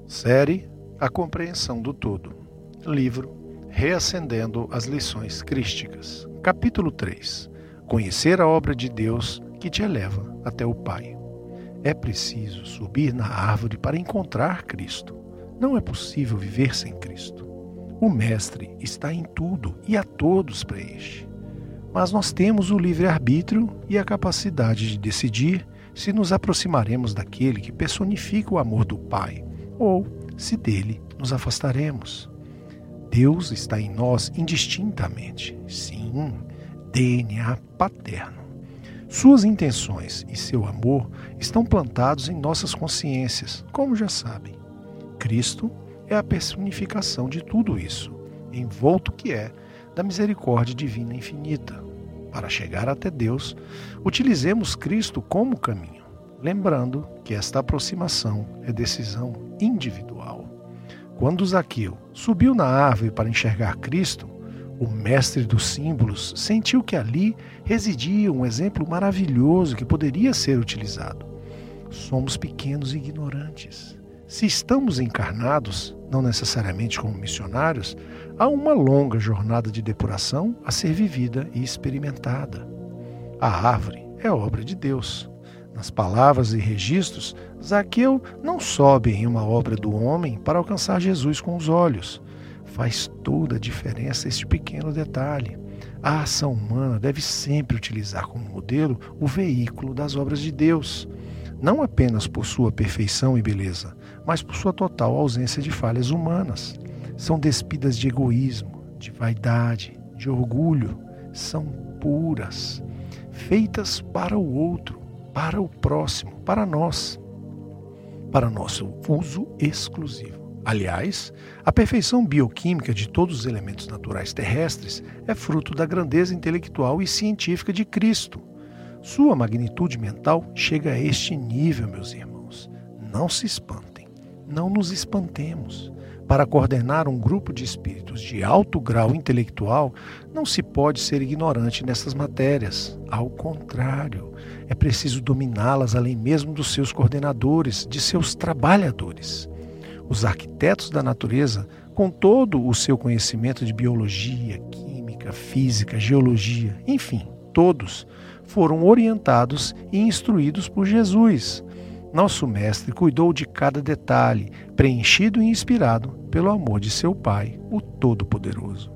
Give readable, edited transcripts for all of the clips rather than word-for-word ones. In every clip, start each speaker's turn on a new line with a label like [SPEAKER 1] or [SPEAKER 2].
[SPEAKER 1] Série A Compreensão do Todo. Livro Reacendendo as Lições Crísticas. Capítulo 3. Conhecer a obra de Deus que te eleva até o Pai. É preciso subir na árvore para encontrar Cristo. Não é possível viver sem Cristo. O Mestre está em tudo e a todos preenche. Mas nós temos o livre-arbítrio e a capacidade de decidir se nos aproximaremos daquele que personifica o amor do Pai, ou se dele nos afastaremos. Deus está em nós indistintamente. Sim, DNA paterno. Suas intenções e seu amor estão plantados em nossas consciências, como já sabem. Cristo é a personificação de tudo isso, envolto que é da misericórdia divina infinita. Para chegar até Deus, utilizemos Cristo como caminho, lembrando que esta aproximação é decisão individual. Quando Zaqueu subiu na árvore para enxergar Cristo, o mestre dos símbolos sentiu que ali residia um exemplo maravilhoso que poderia ser utilizado. Somos pequenos e ignorantes. Se estamos encarnados, não necessariamente como missionários, há uma longa jornada de depuração a ser vivida e experimentada. A árvore é obra de Deus. Nas palavras e registros, Zaqueu não sobe em uma obra do homem para alcançar Jesus com os olhos. Faz toda a diferença este pequeno detalhe. A ação humana deve sempre utilizar como modelo o veículo das obras de Deus, não apenas por sua perfeição e beleza, mas por sua total ausência de falhas humanas. São despidas de egoísmo, de vaidade, de orgulho. São puras, feitas para o outro, para o próximo, para nós, para nosso uso exclusivo. Aliás, a perfeição bioquímica de todos os elementos naturais terrestres é fruto da grandeza intelectual e científica de Cristo. Sua magnitude mental chega a este nível, meus irmãos. Não se espantem, não nos espantemos. Para coordenar um grupo de espíritos de alto grau intelectual, não se pode ser ignorante nessas matérias. Ao contrário, é preciso dominá-las além mesmo dos seus coordenadores, de seus trabalhadores. Os arquitetos da natureza, com todo o seu conhecimento de biologia, química, física, geologia, enfim, todos foram orientados e instruídos por Jesus. Nosso Mestre cuidou de cada detalhe, preenchido e inspirado pelo amor de seu Pai, o Todo-Poderoso.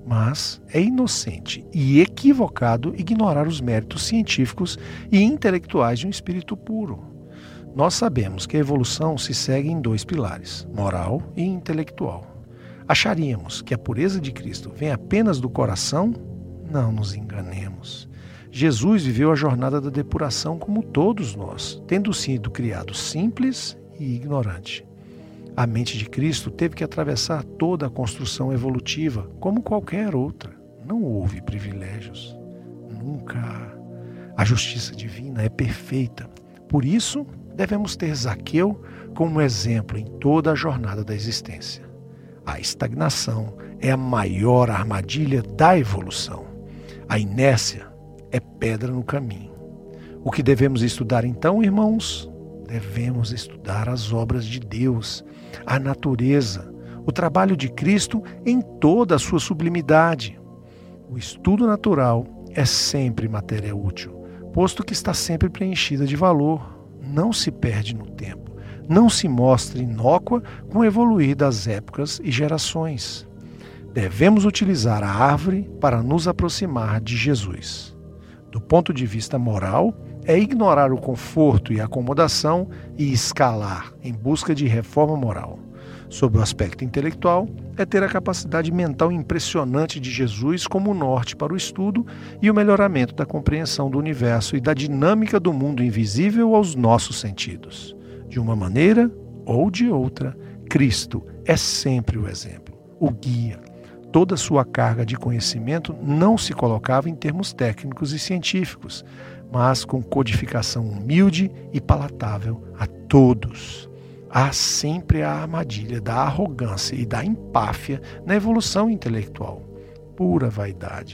[SPEAKER 1] Mas é inocente e equivocado ignorar os méritos científicos e intelectuais de um espírito puro. Nós sabemos que a evolução se segue em dois pilares, moral e intelectual. Acharíamos que a pureza de Cristo vem apenas do coração? Não nos enganemos. Jesus viveu a jornada da depuração como todos nós, tendo sido criado simples e ignorante. A mente de Cristo teve que atravessar toda a construção evolutiva, como qualquer outra. Não houve privilégios. Nunca há. A justiça divina é perfeita. Por isso, devemos ter Zaqueu como exemplo em toda a jornada da existência. A estagnação é a maior armadilha da evolução. A inércia é pedra no caminho. O que devemos estudar então, irmãos? Devemos estudar as obras de Deus, a natureza, o trabalho de Cristo em toda a sua sublimidade. O estudo natural é sempre matéria útil, posto que está sempre preenchida de valor. Não se perde no tempo, não se mostra inócua com o evoluir das épocas e gerações. Devemos utilizar a árvore para nos aproximar de Jesus. Do ponto de vista moral, é ignorar o conforto e a acomodação e escalar em busca de reforma moral. Sob o aspecto intelectual, é ter a capacidade mental impressionante de Jesus como norte para o estudo e o melhoramento da compreensão do universo e da dinâmica do mundo invisível aos nossos sentidos. De uma maneira ou de outra, Cristo é sempre o exemplo, o guia. Toda sua carga de conhecimento não se colocava em termos técnicos e científicos, mas com codificação humilde e palatável a todos. Há sempre a armadilha da arrogância e da empáfia na evolução intelectual. Pura vaidade.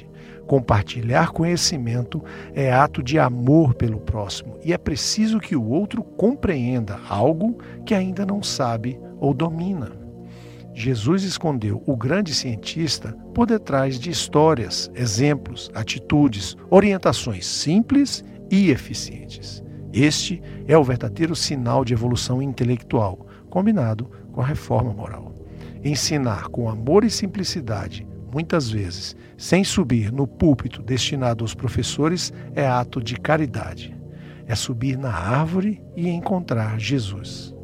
[SPEAKER 1] Compartilhar conhecimento é ato de amor pelo próximo e é preciso que o outro compreenda algo que ainda não sabe ou domina. Jesus escondeu o grande cientista por detrás de histórias, exemplos, atitudes, orientações simples e eficientes. Este é o verdadeiro sinal de evolução intelectual, combinado com a reforma moral. Ensinar com amor e simplicidade, muitas vezes, sem subir no púlpito destinado aos professores, é ato de caridade. É subir na árvore e encontrar Jesus.